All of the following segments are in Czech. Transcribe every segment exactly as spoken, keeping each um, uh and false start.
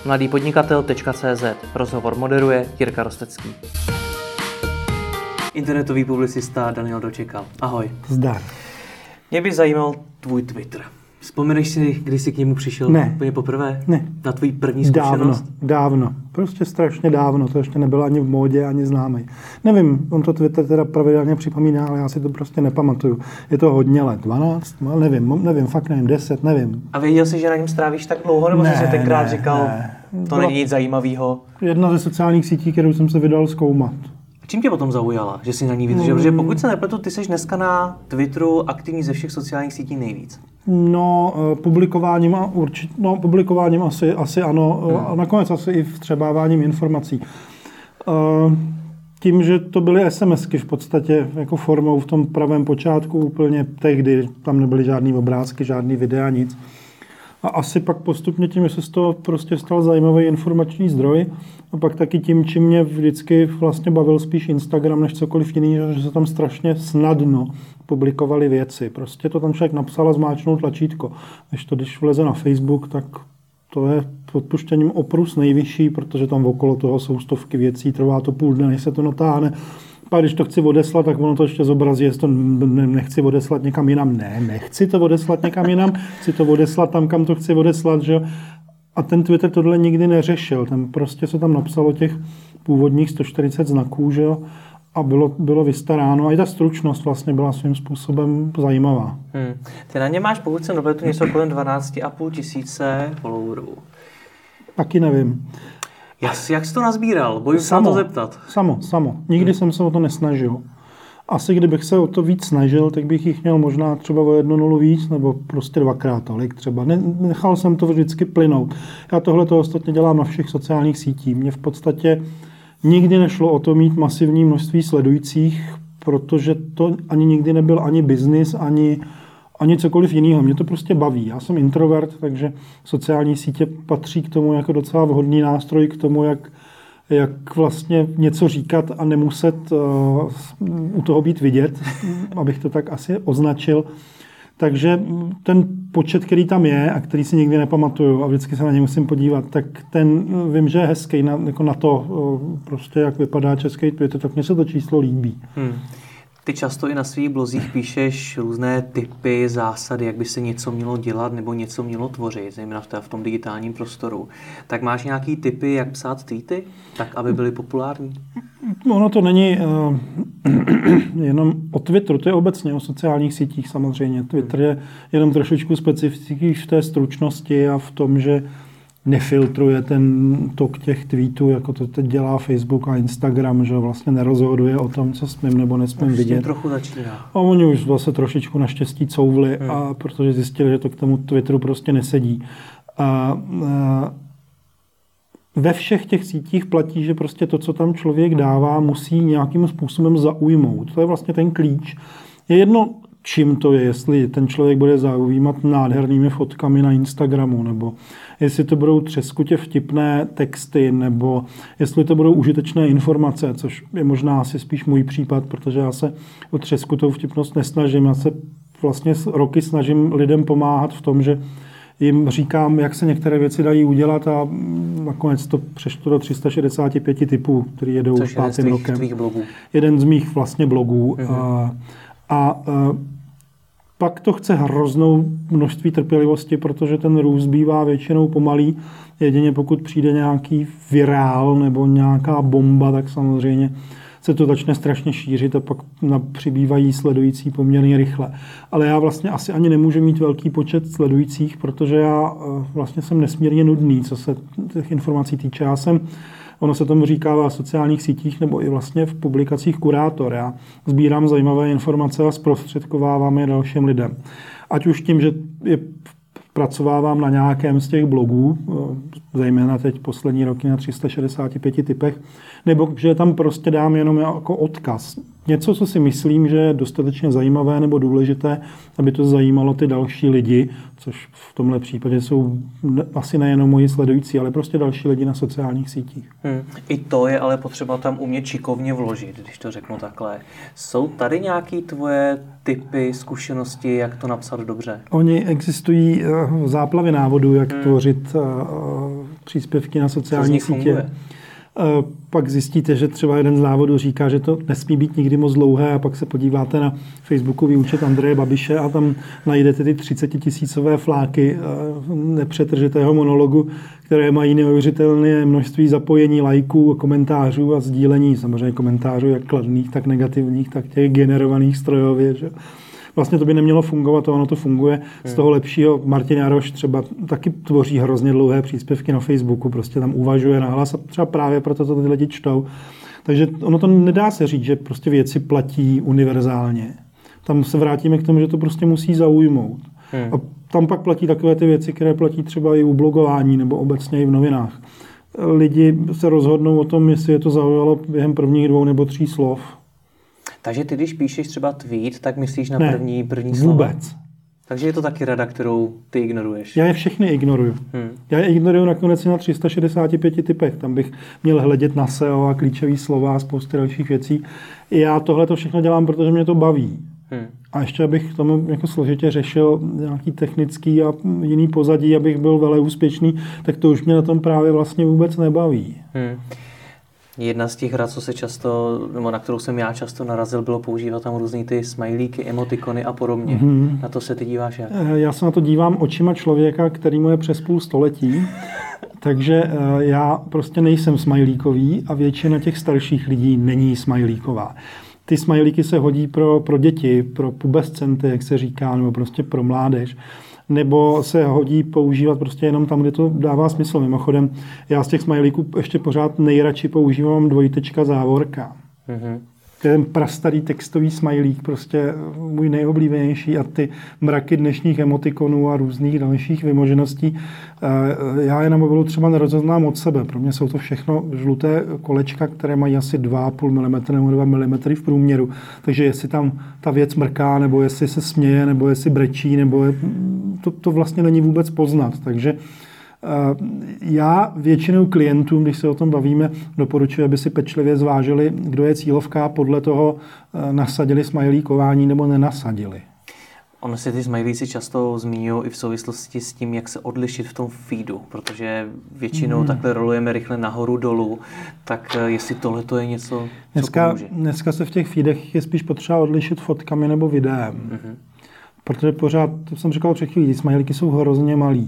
mladýpodnikatel tečka cé zet. Rozhovor moderuje Jirka Rostecký. Internetový publicista Daniel Dočekal. Ahoj. Zdar. Mě by zajímal tvůj Twitter. Vzpomeneš si, kdy jsi k němu přišel ne. úplně poprvé? Ne. Na tvůj první zkušenost? Dávno, dávno. Prostě strašně dávno. To ještě nebylo ani v módě, ani známý. Nevím, on to Twitter teda pravidelně připomíná, ale já si to prostě nepamatuju. Je to hodně let. dvanáct? No, nevím, nevím, fakt nevím. deset, nevím. A věděl jsi, že na něm strávíš tak dlouho, nebo ne, jsi si tenkrát ne, říkal, ne. to není nic zajímavého? Jedna ze sociálních sítí, kterou jsem se vydal zkoumat. Čím tě potom zaujala, že jsi na ní vydržel? Hmm. Protože pokud se nepletu, ty jsi dneska na Twitteru aktivní ze všech sociálních sítí nejvíc. No, publikováním, určitě, no, publikováním asi, asi ano, hmm. a nakonec asi i vstřebáváním informací. Tím, že to byly SMSky v podstatě jako formou v tom pravém počátku úplně tehdy, tam nebyly žádný obrázky, žádný videa, nic. A asi pak postupně tím, že se z toho prostě stal zajímavý informační zdroj a pak taky tím, čím mě vždycky vlastně bavil spíš Instagram než cokoliv jiný, že se tam strašně snadno publikovaly věci. Prostě to tam člověk napsal a zmáčknul tlačítko. Než to, když vleze na Facebook, tak to je odpuštěním oprus nejvyšší, protože tam okolo toho jsou stovky věcí, trvá to půl dne, než se to natáhne. A když to chci odeslat, tak ono to ještě zobrazí, jestli to nechci odeslat někam jinam. Ne, nechci to odeslat někam jinam, chci to odeslat tam, kam to chci odeslat, že jo. A ten Twitter tohle nikdy neřešil. Ten prostě se tam napsalo těch původních sto čtyřicet znaků, že jo. A bylo, bylo vystaráno. A i ta stručnost vlastně byla svým způsobem zajímavá. Hmm. Ty na ně máš, pokud se nepletu, něco kolem dvanáct a půl tisíce followerů. Taky nevím. Jak, jak jsi to nazbíral? Bojím se na to zeptat. Samo, samo. Nikdy hmm. jsem se o to nesnažil. Asi kdybych se o to víc snažil, tak bych jich měl možná třeba o jednu nulu víc, nebo prostě dvakrát tolik třeba. Ne, nechal jsem to vždycky plynout. Já tohle to ostatně dělám na všech sociálních sítích. Mně v podstatě nikdy nešlo o to mít masivní množství sledujících, protože to ani nikdy nebyl ani biznis, ani ani cokoliv jiného. Mě to prostě baví. Já jsem introvert, takže sociální sítě patří k tomu jako docela vhodný nástroj k tomu, jak, jak vlastně něco říkat a nemuset uh, u toho být vidět, abych to tak asi označil. Takže ten počet, který tam je a který si nikdy nepamatuju a vždycky se na něj musím podívat, tak ten vím, že je hezký na, jako na to, uh, prostě jak vypadá český Twitter, tak mně se to číslo líbí. Hmm. Ty často i na svých blozích píšeš různé typy, zásady, jak by se něco mělo dělat nebo něco mělo tvořit, zejména v tom digitálním prostoru. Tak máš nějaký typy, jak psát tweety, tak aby byly populární? Ono to není uh, jenom o Twitteru, to je obecně o sociálních sítích samozřejmě. Twitter je jenom trošičku specifický v té stručnosti a v tom, že nefiltruje ten tok těch tweetů, jako to teď dělá Facebook a Instagram, že vlastně nerozhoduje o tom, co smím nebo nesmím už vidět. Trochu začíná. A oni už zase trošičku naštěstí couvli, hmm. a protože zjistili, že to k tomu Twitteru prostě nesedí. A, a ve všech těch sítích platí, že prostě to, co tam člověk dává, musí nějakým způsobem zaujmout. To je vlastně ten klíč. Je jedno, čím to je, jestli ten člověk bude zaujímat nádhernými fotkami na Instagramu, nebo jestli to budou třeskutě vtipné texty, nebo jestli to budou užitečné informace, což je možná asi spíš můj případ, protože já se o třeskutou vtipnost nesnažím. Já se vlastně roky snažím lidem pomáhat v tom, že jim říkám, jak se některé věci dají udělat a nakonec to přešlo do tři sta šedesát pět typů, který jedou což pátým jeden rokem. Z tvých blogů. Jeden z mých vlastně blogů. Mhm. A, a, a pak to chce hroznou množství trpělivosti, protože ten růst bývá většinou pomalý. Jedině pokud přijde nějaký virál nebo nějaká bomba, tak samozřejmě se to začne strašně šířit a pak přibývají sledující poměrně rychle. Ale já vlastně asi ani nemůžu mít velký počet sledujících, protože já vlastně jsem nesmírně nudný, co se těch informací týče. Já jsem, ono se tomu říká v sociálních sítích nebo i vlastně v publikacích kurátor. Já sbírám zajímavé informace a zprostředkovávám je dalším lidem. Ať už tím, že je pracovávám na nějakém z těch blogů, zejména teď poslední roky na tři sta šedesát pět typech, nebo že tam prostě dám jenom jako odkaz. Něco, co si myslím, že je dostatečně zajímavé nebo důležité, aby to zajímalo ty další lidi, což v tomhle případě jsou asi nejenom moji sledující, ale prostě další lidi na sociálních sítích. Hmm. I to je ale potřeba tam umět šikovně vložit, když to řeknu takhle. Jsou tady nějaké tvoje tipy, zkušenosti, jak to napsat dobře? Oni existují záplavy návodů, jak hmm. tvořit příspěvky na sociální sítě. Pak zjistíte, že třeba jeden z závodů říká, že to nesmí být nikdy moc dlouhé a pak se podíváte na facebookový účet Andreje Babiše a tam najdete ty třicetitisícové fláky nepřetržitého monologu, které mají neuvěřitelné množství zapojení, lajků, komentářů a sdílení, samozřejmě komentářů jak kladných, tak negativních, tak těch generovaných strojově. Že? Vlastně to by nemělo fungovat, a ono to funguje. Z toho lepšího Martin Jaroš třeba taky tvoří hrozně dlouhé příspěvky na Facebooku, prostě tam uvažuje nahlas a třeba právě proto to ty lidi čtou. Takže ono to nedá se říct, že prostě věci platí univerzálně. Tam se vrátíme k tomu, že to prostě musí zaujmout. Hmm. A tam pak platí takové ty věci, které platí třeba i u blogování nebo obecně i v novinách. Lidi se rozhodnou o tom, jestli je to zaujalo během prvních dvou nebo tří slov. Takže ty, když píšeš třeba tweet, tak myslíš na ne, první, první slovo? Vůbec. Takže je to taky rada, kterou ty ignoruješ? Já je všechny ignoruju. Hmm. Já je ignoruju nakonec na tři sta šedesát pět typech. Tam bych měl hledět na S E O a klíčové slova a spousty dalších věcí. Já tohle to všechno dělám, protože mě to baví. Hmm. A ještě abych tomu jako složitě řešil nějaký technický a jiný pozadí, abych byl veleúspěšný, tak to už mě na tom právě vlastně vůbec nebaví. Hmm. Jedna z těch rad, co se často, nebo na kterou jsem já často narazil, bylo používat tam různý ty smajlíky, emotikony a podobně. Mm-hmm. Na to se ty díváš jak? Já se na to dívám očima člověka, který mu je přes půl století, takže já prostě nejsem smajlíkový a většina těch starších lidí není smajlíková. Ty smajlíky se hodí pro, pro děti, pro pubescenty, jak se říká, nebo prostě pro mládež. Nebo se hodí používat prostě jenom tam, kde to dává smysl. Mimochodem, já z těch smajlíků ještě pořád nejradši používám dvojtečka závorka. Mm-hmm. Ten prastarý textový smajlík, prostě můj nejoblíbenější a ty mraky dnešních emotikonů a různých dalších vymožeností. Já je na mobilu třeba nerozeznám od sebe. Pro mě jsou to všechno žluté kolečka, které mají asi dva a půl milimetru nebo dva milimetry v průměru. Takže jestli tam ta věc mrká, nebo jestli se směje, nebo jestli brečí, nebo je, to, to vlastně není vůbec poznat. Takže já většinou klientům, když se o tom bavíme, doporučuji, aby si pečlivě zvážili, kdo je cílovka, podle toho nasadili smajlíkování nebo nenasadili. Ono se ty smajlíci často zmiňují i v souvislosti s tím, jak se odlišit v tom feedu, protože většinou hmm. takhle rolujeme rychle nahoru dolů, tak jestli tohle to je něco, co dneska, pomůže. Dneska se v těch feedech je spíš potřeba odlišit fotkami nebo videem, hmm. protože pořád, to jsem říkal před chvílí, smajlíky jsou hrozně malí.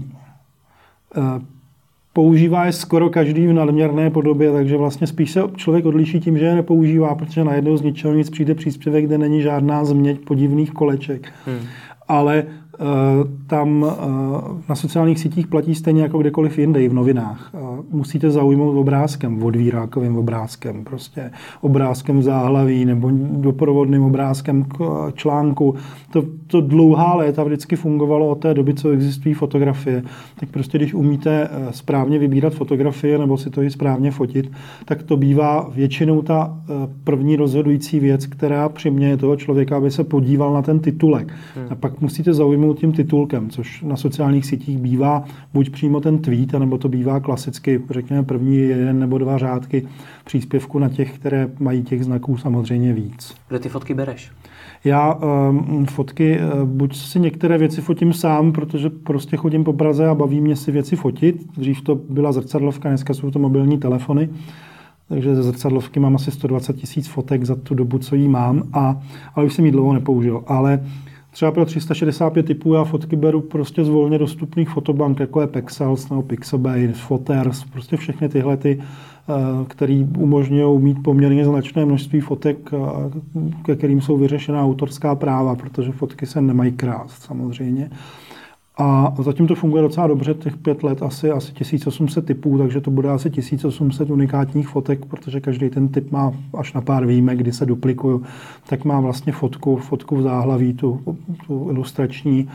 Používá je skoro každý v nadměrné podobě, takže vlastně spíš se člověk odliší tím, že je nepoužívá, protože najednou z ničeho nic přijde příspěvek, kde není žádná změť podivných koleček. Hmm. Ale uh, tam uh, na sociálních sítích platí stejně jako kdekoliv jinde, i v novinách. Uh, musíte zaujmout obrázkem, odvírákovým obrázkem, prostě obrázkem v záhlaví nebo doprovodným obrázkem k článku. To, to dlouhá léta vždycky fungovalo od té doby, co existují fotografie. Tak prostě, když umíte správně vybírat fotografie nebo si to i správně fotit, tak to bývá většinou ta první rozhodující věc, která přiměje toho člověka, aby se podíval na ten titulek. Hmm. A pak musíte zaujmout tím titulkem, což na sociálních sítích bývá buď přímo ten tweet, anebo to bývá klasicky, řekněme, první jeden nebo dva řádky příspěvku na těch, které mají těch znaků samozřejmě víc. Kde ty fotky bereš? Já um, fotky, uh, buď si některé věci fotím sám, protože prostě chodím po Praze a baví mě si věci fotit. Dřív to byla zrcadlovka, dneska jsou to mobilní telefony. Takže ze zrcadlovky mám asi sto dvacet tisíc fotek za tu dobu, co jí mám, a, ale už jsem ji dlouho nepoužil. Ale třeba pro tři sta šedesát pět typů já fotky beru prostě z volně dostupných fotobank, jako je Pexels nebo Pixabay, Fotters, prostě všechny tyhle, ty, které umožňují mít poměrně značné množství fotek, ke kterým jsou vyřešená autorská práva, protože fotky se nemají krást samozřejmě. A zatím to funguje docela dobře, těch pět let asi, asi tisíc osm set typů, takže to bude asi tisíc osm set unikátních fotek, protože každý ten typ má až na pár výjimek, kdy se duplikují, tak má vlastně fotku, fotku v záhlaví, tu, tu ilustrační,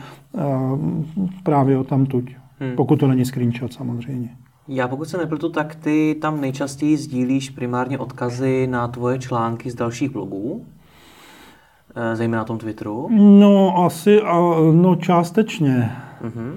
právě o tamtuť, hmm. pokud to není screenshot samozřejmě. Já pokud se nepletu, tak ty tam nejčastěji sdílíš primárně odkazy na tvoje články z dalších blogů, zejména na tom Twitteru? No, asi, no částečně. Uh-huh.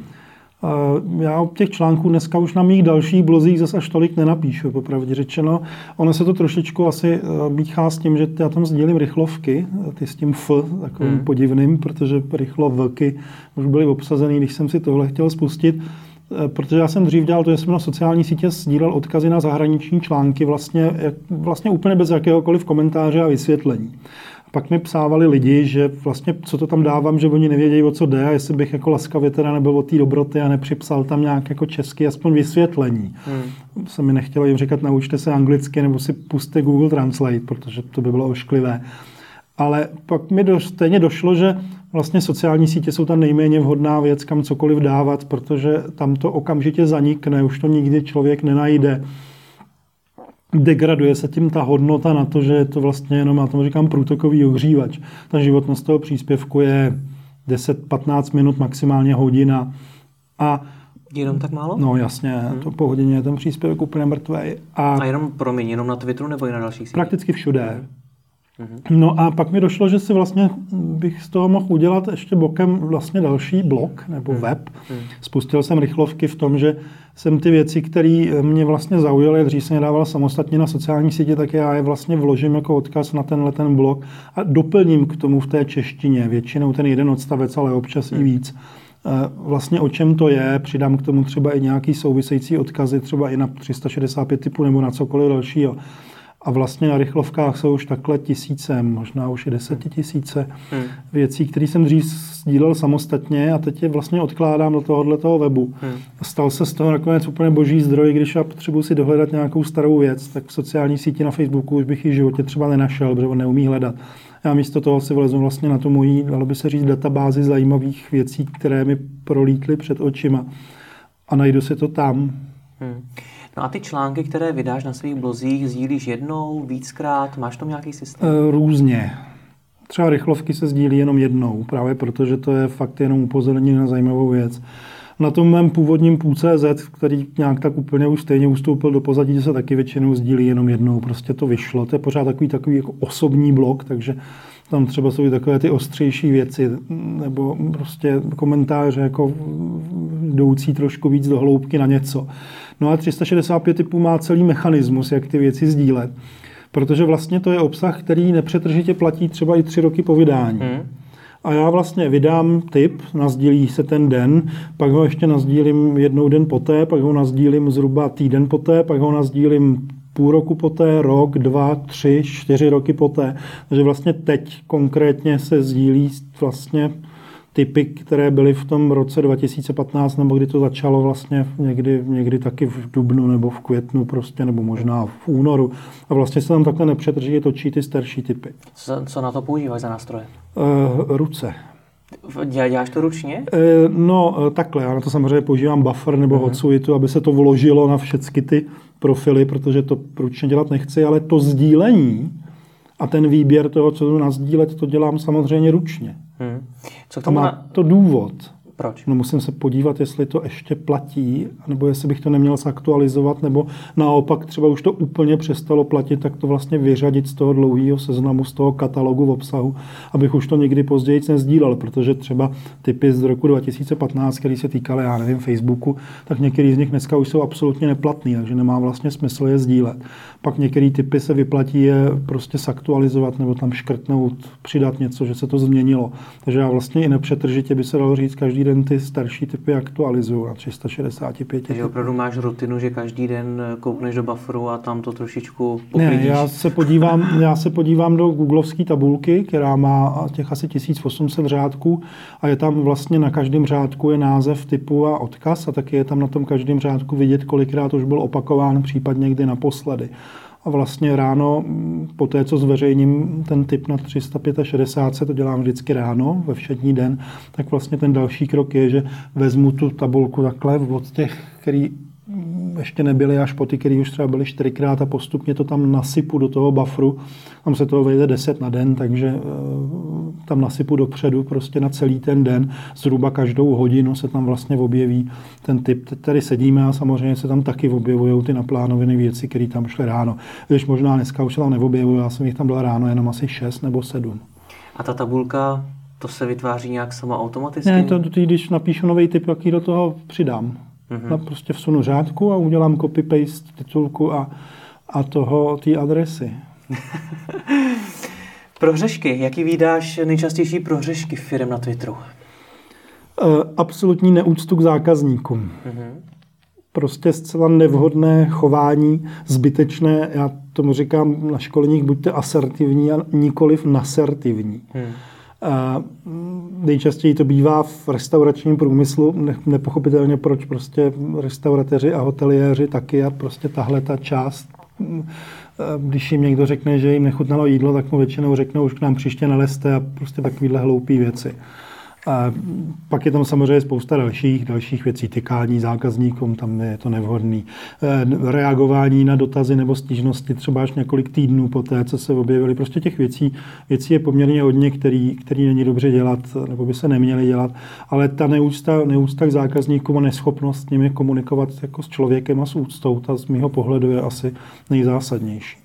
Já těch článků dneska už na mých dalších blozích zase až tolik nenapíšu, popravdě řečeno. Ono se to trošičku asi míchá s tím, že já tam sdílím rychlovky, ty s tím F, takovým hmm. podivným, protože rychlovky už byly obsazený, když jsem si tohle chtěl spustit. protože já jsem dřív dělal to, že jsem na sociální sítě sdílel odkazy na zahraniční články vlastně, vlastně úplně bez jakéhokoliv komentáře a vysvětlení. Pak mi psávali lidi, že vlastně co to tam dávám, že oni nevědějí, o co jde, a jestli bych jako laskavě teda nebyl od té dobroty a nepřipsal tam nějak jako česky aspoň vysvětlení. Hmm. Se mi nechtělo jim říkat, naučte se anglicky nebo si puste Google Translate, protože to by bylo ošklivé. Ale pak mi do, stejně došlo, že vlastně sociální sítě jsou ta nejméně vhodná věc, kam cokoliv dávat, protože tam to okamžitě zanikne, už to nikdy člověk nenajde. Degraduje se tím ta hodnota na to, že je to vlastně jenom, já tomu říkám, průtokový ohřívač. Ta životnost toho příspěvku je deset patnáct minut, maximálně hodina. A jenom tak málo? No jasně, hmm. to po hodině je ten příspěvek úplně mrtvej. A, a jenom, promiň, jenom na Twitteru nebo i na dalších sítích? Prakticky všude. Hmm. No a pak mi došlo, že si vlastně bych z toho mohl udělat ještě bokem vlastně další blog nebo hmm. web. Hmm. Spustil jsem rychlovky v tom, že jsem ty věci, které mě vlastně zaujaly, dřív jsem je dával samostatně na sociální sítě, tak já je vlastně vložím jako odkaz na tenhle ten blog a doplním k tomu v té češtině. Většinou ten jeden odstavec, ale občas hmm. i víc. Vlastně o čem to je, přidám k tomu třeba i nějaký související odkazy, třeba i na tři sta šedesát pět typů nebo na cokoliv dalšího. A vlastně na rychlovkách jsou už takhle tisíce, možná už i desetitisíce hmm. věcí, které jsem dřív sdílel samostatně a teď je vlastně odkládám do tohoto webu. Hmm. Stal se z toho nakonec úplně boží zdroj, když já potřebuji si dohledat nějakou starou věc, tak v sociální síti na Facebooku už bych ji v životě třeba nenašel, protože on neumí hledat. Já místo toho si vlezu vlastně na tu moji, dalo by se říct, databázi zajímavých věcí, které mi prolítly před očima a najdu si to tam. Hmm. No a ty články, které vydáš na svých blozích, sdílíš jednou, víckrát? Máš tam nějaký systém? Různě. Třeba rychlovky se sdílí jenom jednou, právě protože to je fakt jenom upozornění na zajímavou věc. Na tom mém původním půl tečka cé zet, který nějak tak úplně už stejně ustoupil do pozadí, se taky většinou sdílí jenom jednou. Prostě to vyšlo. To je pořád takový, takový jako osobní blog, takže tam třeba jsou i takové ty ostřejší věci, nebo prostě komentáře jako jdoucí trošku víc do hloubky na něco. No a tři sta šedesát pět typů má celý mechanismus, jak ty věci sdílet. Protože vlastně to je obsah, který nepřetržitě platí třeba i tři roky po vydání. Hmm. A já vlastně vydám tip, nasdílí se ten den, pak ho ještě nasdílím jednou den poté, pak ho nasdílím zhruba týden poté, pak ho nasdílím půl roku poté, rok, dva, tři, čtyři roky poté. Takže vlastně teď konkrétně se sdílí vlastně typy, které byly v tom roce dva tisíce patnáct, nebo kdy to začalo vlastně někdy, někdy taky v dubnu nebo v květnu prostě, nebo možná v únoru. A vlastně se tam takhle nepřetržitě točí ty starší typy. Co, co na to používáš za nástroje? Uh, ruce. Děláš to ručně? Uh, no takhle, já na to samozřejmě používám Buffer nebo uh-huh. Hotsuite, aby se to vložilo na všechny ty profily, protože to ručně dělat nechci, ale to sdílení a ten výběr toho, co jdu nasdílet, to dělám samozřejmě ručně. Hmm. Co k tomu má na... to důvod. Proč? No musím se podívat, jestli to ještě platí, nebo jestli bych to neměl zaktualizovat, nebo naopak třeba už to úplně přestalo platit, tak to vlastně vyřadit z toho dlouhého seznamu, z toho katalogu v obsahu, abych už to nikdy později nesdílel, protože třeba typy z roku dva tisíce patnáct, které se týkaly, já nevím, Facebooku, tak některý z nich dneska už jsou absolutně neplatný, takže nemá vlastně smysl je sdílet. Pak některé typy se vyplatí je prostě zaktualizovat nebo tam škrtnout, přidat něco, že se to změnilo. Takže já vlastně i nepřetržitě by se dalo říct, každý den ty starší typy aktualizuju na tři sta šedesát pět. Takže opravdu máš rutinu, že každý den koukneš do bufferu a tam to trošičku poklidíš? Ne, já se podívám, já se podívám do googlovské tabulky, která má těch asi tisíc osm set řádků a je tam vlastně na každém řádku je název typu a odkaz a taky je tam na tom každém řádku vidět, kolikrát už byl opakován, případně kdy naposledy. A vlastně ráno, po té, co zveřejním ten tip na tři sta šedesát pět, to dělám vždycky ráno, ve všední den, tak vlastně ten další krok je, že vezmu tu tabulku takhle od těch, který ještě nebyly až po ty, který už třeba byly čtyřikrát a postupně to tam nasypu do toho bufferu. Tam se toho vejde deset na den, takže uh, tam nasypu dopředu prostě na celý ten den. Zhruba každou hodinu se tam vlastně objeví ten typ. Teď tady sedíme a samozřejmě se tam taky objevují ty naplánované věci, které tam šly ráno. Když možná dneska už se tam neobjevují, já jsem jich tam dal ráno jenom asi šest nebo sedm. A ta tabulka, to se vytváří nějak sama automaticky? Ne, to, to, když napíšu nový typ, jaký do toho přidám. Mm-hmm. Prostě vsunu řádku a udělám copy-paste titulku a, a toho, té adresy. Prohřešky. Jaký vídáš nejčastější prohřešky firem na Twitteru? Absolutní neúctu k zákazníkům. Mm-hmm. Prostě zcela nevhodné chování, zbytečné, já tomu říkám na školeních, buďte asertivní a nikoliv nasertivní. Hmm. A nejčastěji to bývá v restauračním průmyslu, ne, nepochopitelně proč prostě restauratéři a hoteliéři taky a prostě tahle ta část, když jim někdo řekne, že jim nechutnalo jídlo, tak mu většinou řeknou, už k nám příště nelezte a prostě takovýhle hloupý věci. A pak je tam samozřejmě spousta dalších, dalších věcí, tykání zákazníkům, tam je to nevhodný. Reagování na dotazy nebo stížnosti třeba až několik týdnů poté, co se objevily. Prostě těch věcí, věcí je poměrně hodně, který, který není dobře dělat, nebo by se neměly dělat. Ale ta neúcta, neúcta k zákazníkům a neschopnost s nimi komunikovat jako s člověkem a s úctou, ta z mýho pohledu je asi nejzásadnější.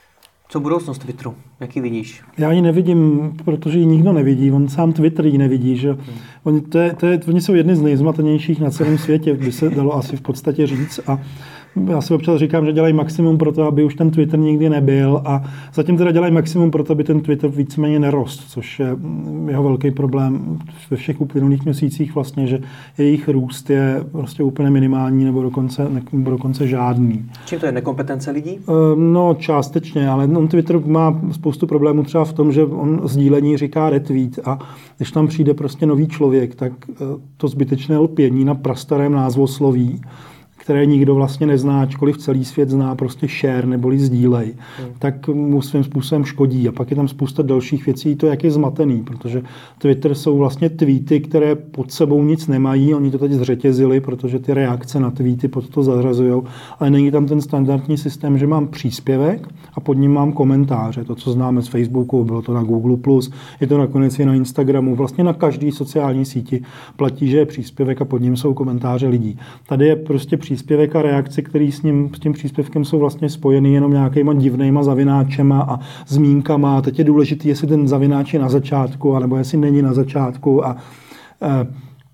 Co budoucnost Twitteru? Jak ji vidíš? Já ji nevidím, protože ji nikdo nevidí. On sám Twitter ji nevidí. Že? Hmm. Oni, to je, to je, oni jsou jedni z nejzmatenějších na celém světě, by se dalo asi v podstatě říct. A já si občas říkám, že dělají maximum pro to, aby už ten Twitter nikdy nebyl. A zatím teda dělají maximum pro to, aby ten Twitter víceméně nerost, což je jeho velký problém ve všech uplynulých měsících vlastně, že jejich růst je prostě úplně minimální nebo dokonce, nebo dokonce žádný. Čím to je? Nekompetence lidí? No částečně, ale on Twitter má spoustu problémů třeba v tom, že on sdílení říká retweet a když tam přijde prostě nový člověk, tak to zbytečné lpění na prastarém názvosloví, které nikdo vlastně nezná, ačkoliv celý svět zná prostě share neboli sdílej, hmm. tak mu svým způsobem škodí. A pak je tam spousta dalších věcí, to jak je zmatený, protože Twitter jsou vlastně tweety, které pod sebou nic nemají, oni to teď zřetězili, protože ty reakce na tweety pod to zařazujou, ale není tam ten standardní systém, že mám příspěvek a pod ním mám komentáře, to, co známe z Facebooku, bylo to na Google plus, je to nakonec i na Instagramu, vlastně na každý sociální síti platí, že je příspěvek a pod ním jsou komentáře lidí. Tady je prostě příspěvek a reakce, který s ním, s tím příspěvkem jsou vlastně spojeny jenom nějakýma divnýma zavináčema a zmínkama. A teď je důležité, jestli ten zavináč je na začátku, anebo jestli není na začátku. A, a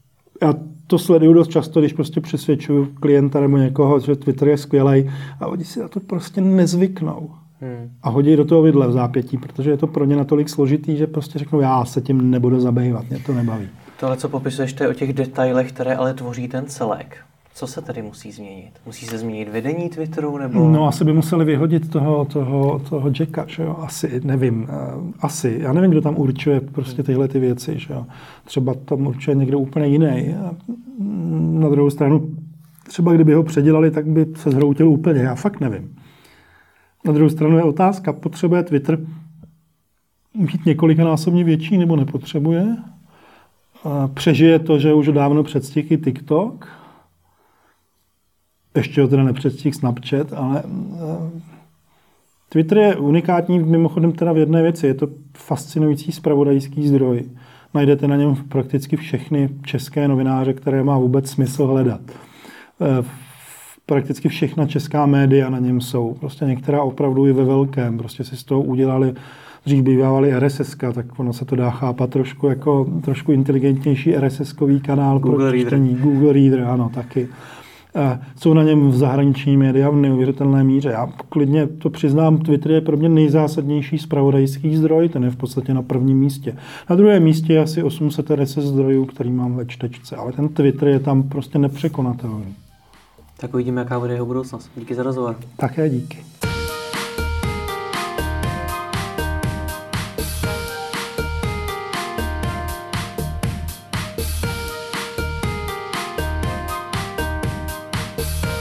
já to sleduju dost často, když prostě přesvědčuju klienta nebo někoho, že Twitter je skvělej a oni si na to prostě nezvyknou. Hmm. A hodí do toho vidle v zápětí, protože je to pro ně natolik složitý, že prostě řeknou, já se tím nebudu zabývat, mě to nebaví. Tohle, co popisuješ, to je o těch detailech, které ale tvoří ten celek. Co se tady musí změnit? Musí se změnit vedení Twitteru? Nebo... No asi by museli vyhodit toho, toho, toho Jacka, že jo? Asi, nevím. Asi. Já nevím, kdo tam určuje prostě tyhle ty věci, že jo? Třeba tam určuje někdo úplně jiný. Na druhou stranu, třeba kdyby ho předělali, tak by se zhroutil úplně. Já fakt nevím. Na druhou stranu je otázka, potřebuje Twitter být několikanásobně větší nebo nepotřebuje? Přežije to, že už dávno předstihl i TikTok? Ještě ho teda nepředstihl Snapchat, ale Twitter je unikátní mimochodem teda v jedné věci. Je to fascinující zpravodajský zdroj. Najdete na něm prakticky všechny české novináře, které má vůbec smysl hledat. Prakticky všechna česká média na něm jsou. Prostě některá opravdu i ve velkém. Prostě si z toho udělali, dřív bývávali R S S ka, tak ono se to dá chápat trošku jako trošku inteligentnější R S S kový kanál Google pro čtení. Google Reader, ano, taky. Jsou na něm v zahraniční média v neuvěřitelné míře. Já klidně to přiznám, Twitter je pro mě nejzásadnější zpravodajský zdroj, ten je v podstatě na prvním místě. Na druhém místě je asi osm set R S S zdrojů, který mám ve čtečce, ale ten Twitter je tam prostě nepřekonatelný. Tak uvidíme, jaká bude jeho budoucnost. Díky za rozhovor. Také díky.